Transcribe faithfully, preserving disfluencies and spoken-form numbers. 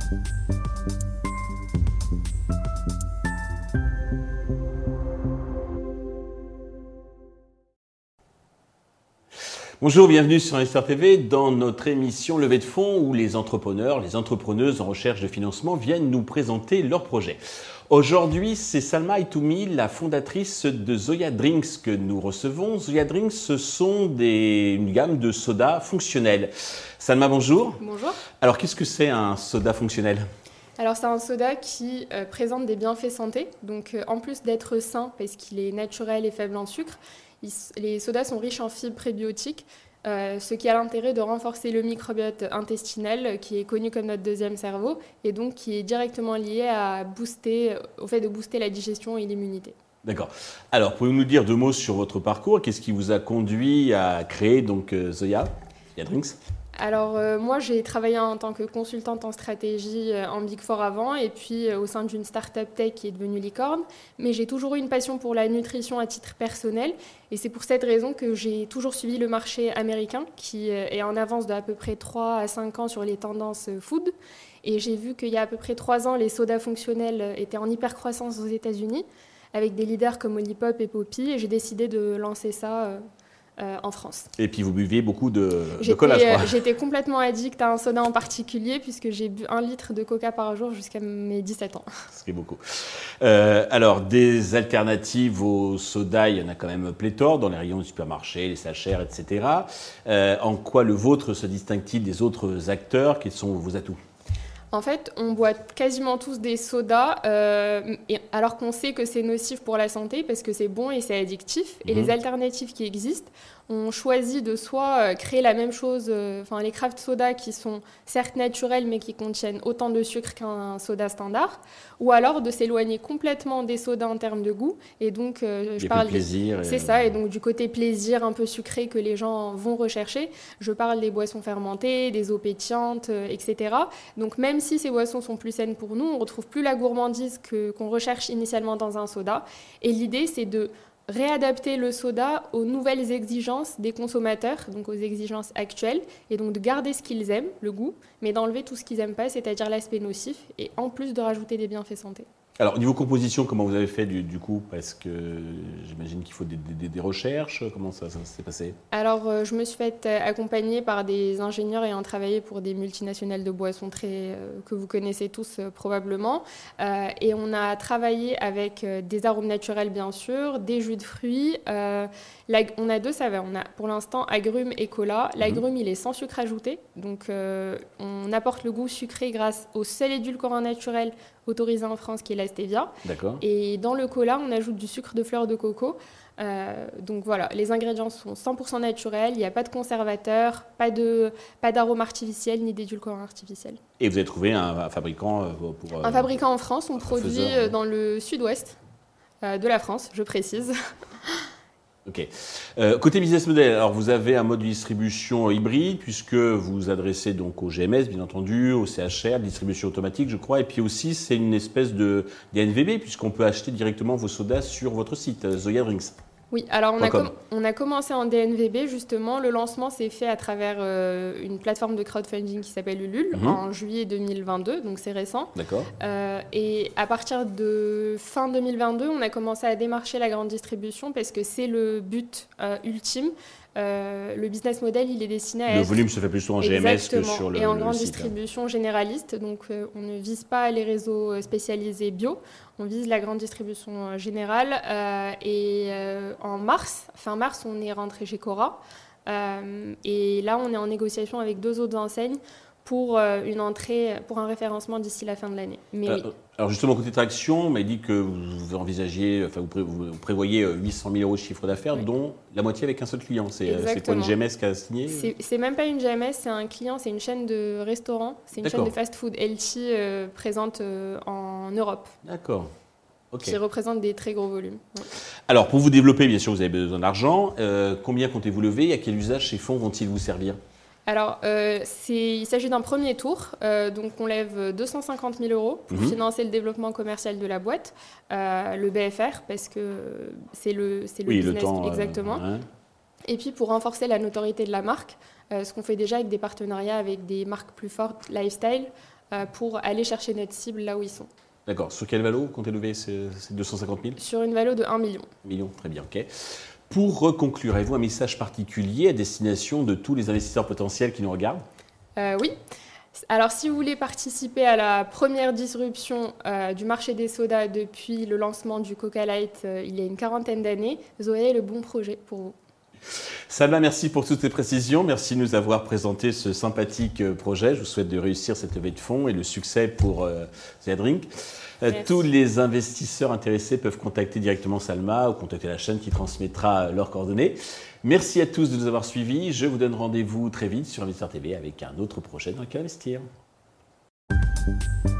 Bonjour, bienvenue sur Investor T V dans notre émission Levée de fonds où les entrepreneurs, les entrepreneuses en recherche de financement viennent nous présenter leurs projets. Aujourd'hui, c'est Salma Itoumi, la fondatrice de Zoya Drinks que nous recevons. Zoya Drinks, ce sont des, une gamme de sodas fonctionnels. Salma, bonjour. Bonjour. Alors, qu'est-ce que c'est un soda fonctionnel ? Alors, c'est un soda qui euh, présente des bienfaits santé. Donc, euh, en plus d'être sain parce qu'il est naturel et faible en sucre, il, les sodas sont riches en fibres prébiotiques, euh, ce qui a l'intérêt de renforcer le microbiote intestinal, qui est connu comme notre deuxième cerveau, et donc qui est directement lié à booster, au fait de booster la digestion et l'immunité. D'accord. Alors, pouvez-vous nous dire deux mots sur votre parcours ? Qu'est-ce qui vous a conduit à créer donc euh, Zoya, Zoya Drinks ? Alors euh, moi j'ai travaillé en tant que consultante en stratégie euh, en Big Four avant et puis euh, au sein d'une start-up tech qui est devenue Licorne, mais j'ai toujours eu une passion pour la nutrition à titre personnel et c'est pour cette raison que j'ai toujours suivi le marché américain qui euh, est en avance de à peu près trois à cinq ans sur les tendances euh, food et j'ai vu qu'il y a à peu près trois ans les sodas fonctionnels euh, étaient en hyper croissance aux États-Unis avec des leaders comme Olipop et Poppi et j'ai décidé de lancer ça euh, Euh, en France. Et puis vous buviez beaucoup de, de cola, je crois. Euh, j'étais complètement addict à un soda en particulier puisque j'ai bu un litre de coca par jour jusqu'à mes dix-sept ans. Ce qui est beaucoup. Euh, alors, des alternatives au soda, il y en a quand même pléthore dans les rayons du supermarché, les sachets, et cetera. Euh, en quoi le vôtre se distingue-t-il des autres acteurs ? Quels sont vos atouts ? En fait, on boit quasiment tous des sodas, euh, et, alors qu'on sait que c'est nocif pour la santé parce que c'est bon et c'est addictif. Et mmh. les alternatives qui existent, on choisit de soit créer la même chose, enfin euh, les craft sodas qui sont certes naturels mais qui contiennent autant de sucre qu'un soda standard, ou alors de s'éloigner complètement des sodas en termes de goût. Et donc, euh, je et parle de plaisir. Des... C'est ça, et donc du côté plaisir un peu sucré que les gens vont rechercher. Je parle des boissons fermentées, des eaux pétillantes, euh, et cetera. Donc même si ces boissons sont plus saines pour nous, on ne retrouve plus la gourmandise que, qu'on recherche initialement dans un soda. Et l'idée, c'est de réadapter le soda aux nouvelles exigences des consommateurs, donc aux exigences actuelles, et donc de garder ce qu'ils aiment, le goût, mais d'enlever tout ce qu'ils n'aiment pas, c'est-à-dire l'aspect nocif, et en plus de rajouter des bienfaits santé. Alors, niveau composition, comment vous avez fait du, du coup ? Parce que j'imagine qu'il faut des, des, des recherches. Comment ça, ça s'est passé ? Alors, euh, je me suis fait accompagner par des ingénieurs ayant travaillé pour des multinationales de boissons très, euh, que vous connaissez tous euh, probablement. Euh, et on a travaillé avec euh, des arômes naturels, bien sûr, des jus de fruits. Euh, la, on a deux saveurs. On a pour l'instant agrumes et cola. L'agrume, mmh. il est sans sucre ajouté. Donc, euh, on apporte le goût sucré grâce au seul édulcorant naturel autorisé en France, qui est la stevia. D'accord. Et dans le cola, on ajoute du sucre de fleur de coco. Euh, donc voilà, les ingrédients sont cent pour cent naturels, il n'y a pas de conservateur, pas, de, pas d'arôme artificiel ni d'édulcorant artificiel. Et vous avez trouvé un, un fabricant pour... Un euh, fabricant en France, on produit faiseur, dans le sud-ouest euh, de la France, je précise. Ok. Euh, côté business model, alors vous avez un mode de distribution hybride puisque vous vous adressez donc au G M S, bien entendu, au C H R, distribution automatique, je crois, et puis aussi c'est une espèce de D N V B puisqu'on peut acheter directement vos sodas sur votre site, Zoya Drinks. Oui, alors on a, com- on a commencé en D N V B justement. Le lancement s'est fait à travers euh, une plateforme de crowdfunding qui s'appelle Ulule mmh. en juillet deux mille vingt-deux, donc c'est récent. D'accord. Euh, et à partir de fin deux mille vingt-deux, on a commencé à démarcher la grande distribution parce que c'est le but euh, ultime. Euh, le business model, il est destiné à le être... volume se fait plutôt en G M S que sur le et en le grande site, distribution hein. généraliste. Donc, euh, on ne vise pas les réseaux spécialisés bio. On vise la grande distribution générale. Euh, et euh, en mars, fin mars, on est rentré chez Cora. Euh, et là, on est en négociation avec deux autres enseignes pour euh, une entrée, pour un référencement d'ici la fin de l'année. Mais alors, oui. alors justement, côté traction, on m'a dit que vous envisagiez, enfin vous, pré- vous prévoyez huit cent mille euros de chiffre d'affaires, oui. dont la moitié avec un seul client. C'est, c'est quoi une G M S qui a signé ? c'est, c'est même pas une G M S, c'est un client, c'est une chaîne de restaurants, c'est une D'accord. chaîne de fast-food healthy euh, présente euh, en Europe. D'accord. Okay. Qui représente des très gros volumes. Ouais. Alors, pour vous développer, bien sûr, vous avez besoin d'argent. Euh, combien comptez-vous lever et à quel usage ces fonds vont-ils vous servir ? Alors, euh, c'est, il s'agit d'un premier tour. Euh, donc, on lève deux cent cinquante mille euros pour mmh. financer le développement commercial de la boîte, euh, le B F R, parce que c'est le, c'est le oui, business le temps, exactement. Euh, hein. Et puis, pour renforcer la notoriété de la marque, euh, ce qu'on fait déjà avec des partenariats avec des marques plus fortes, lifestyle, euh, pour aller chercher notre cible là où ils sont. D'accord. Sur quelle valo comptez lever ces, ces deux cent cinquante mille? Sur une valo de un million. Million, très bien, ok. Pour conclure, avez-vous un message particulier à destination de tous les investisseurs potentiels qui nous regardent? euh, Oui. Alors, si vous voulez participer à la première disruption euh, du marché des sodas depuis le lancement du Coca Light euh, il y a une quarantaine d'années, vous aurez le bon projet pour vous. Salma, merci pour toutes ces précisions. Merci de nous avoir présenté ce sympathique projet. Je vous souhaite de réussir cette levée de fonds et le succès pour euh, The Drink. Euh, tous les investisseurs intéressés peuvent contacter directement Salma ou contacter la chaîne qui transmettra leurs coordonnées. Merci à tous de nous avoir suivis. Je vous donne rendez-vous très vite sur Investir T V avec un autre projet dans lequel investir.